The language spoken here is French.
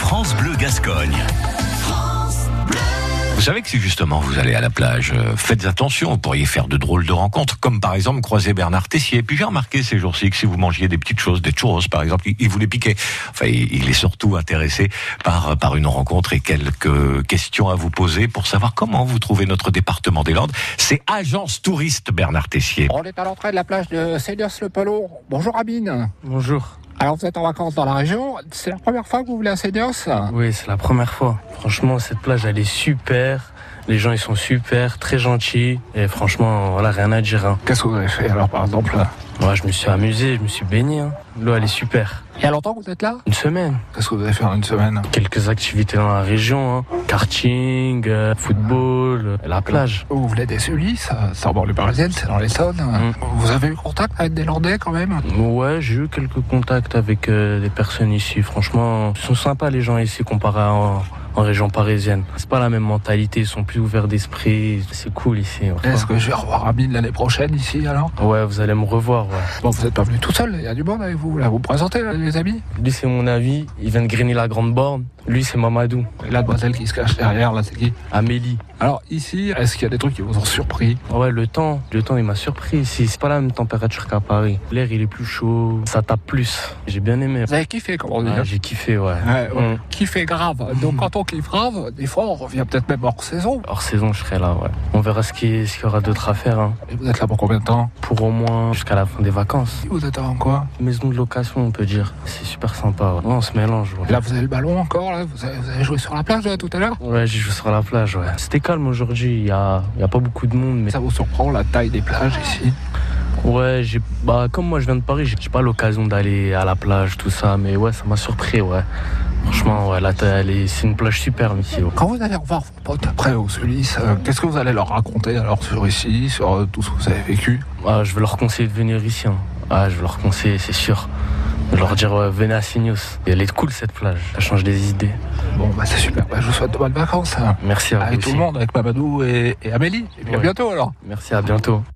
France Bleu Gascogne. Vous savez que si justement vous allez à la plage, faites attention, vous pourriez faire de drôles de rencontres, comme par exemple croiser Bernard Tessier. Puis j'ai remarqué ces jours-ci que si vous mangiez des petites choses, des churros par exemple, il vous les piquait. Enfin, il est surtout intéressé par une rencontre et quelques questions à vous poser pour savoir comment vous trouvez notre département des Landes. C'est Agence Touriste Bernard Tessier. On est à l'entrée de la plage de Sénios-le-Pelon. Bonjour Abine. Bonjour. Alors vous êtes en vacances dans la région, c'est la première fois que vous venez à Sénios ? Oui, c'est la première fois. Franchement, cette plage, elle est super. Les gens, ils sont super, très gentils. Et franchement, voilà, rien à dire. Qu'est-ce que vous avez fait alors par exemple ? Moi, je me suis amusé, je me suis baigné. L'eau, elle est super. Il y a longtemps que vous êtes là ? Une semaine. Qu'est-ce que vous allez faire en une semaine ? Quelques activités dans la région. Karting, football, la plage. Vous venez des Ulysses, c'est en banlieue parisienne, c'est dans l'Essonne. Vous avez eu contact avec des Landais quand même ? Ouais, j'ai eu quelques contacts avec des personnes ici. Franchement, ils sont sympas les gens ici comparé en région parisienne. C'est pas la même mentalité, ils sont plus ouverts d'esprit. C'est cool ici. Enfin. Est-ce que je vais revoir Amine l'année prochaine ici alors ? Ouais, vous allez me revoir, ouais. Bon, vous n'êtes pas venu tout seul, il y a du monde avec vous. Là, vous me présentez les amis ? Lui, c'est mon ami, il vient de Grigny-la-Grande-Borne. Lui, c'est Mamadou. Et la demoiselle qui se cache derrière, là, c'est qui ? Amélie. Alors ici, est-ce qu'il y a des trucs qui vous ont surpris ? Ouais, le temps, il m'a surpris ici. C'est pas la même température qu'à Paris. L'air, il est plus chaud, ça tape plus. J'ai bien aimé. Vous avez kiffé, comment on dit ? J'ai kiffé, ouais. Kiffé grave. Donc quand on kiffe grave, des fois on revient peut-être même hors saison. Hors saison, je serai là, ouais. On verra ce qu'il y aura d'autre à faire. Et vous êtes là pour combien de temps ? Pour au moins jusqu'à la fin des vacances. Vous êtes en quoi ? Maison de location, on peut dire. C'est super sympa. Ouais. On se mélange. Ouais. Et là, vous avez le ballon encore là vous avez joué sur la plage là, tout à l'heure ? Ouais, j'ai joué sur la plage, ouais. C'était calme aujourd'hui. Il y a pas beaucoup de monde, mais ça vous surprend la taille des plages ici ? Ouais, comme moi je viens de Paris, j'ai pas l'occasion d'aller à la plage, tout ça, mais ouais, ça m'a surpris, ouais. Franchement, ouais, c'est une plage superbe ici. Ouais. Quand vous allez revoir vos potes après aux Ulysses, qu'est-ce que vous allez leur raconter alors sur ici, sur tout ce que vous avez vécu ? Je vais leur conseiller de venir ici. Je vais leur conseiller, c'est sûr. Je vais leur dire, venez à Sénios. Elle est cool cette plage, ça change des idées. Bon, c'est super. Je vous souhaite de bonnes vacances. Merci à vous avec aussi. Tout le monde, avec Mamadou et Amélie. Et puis à bientôt alors. Merci, à bientôt.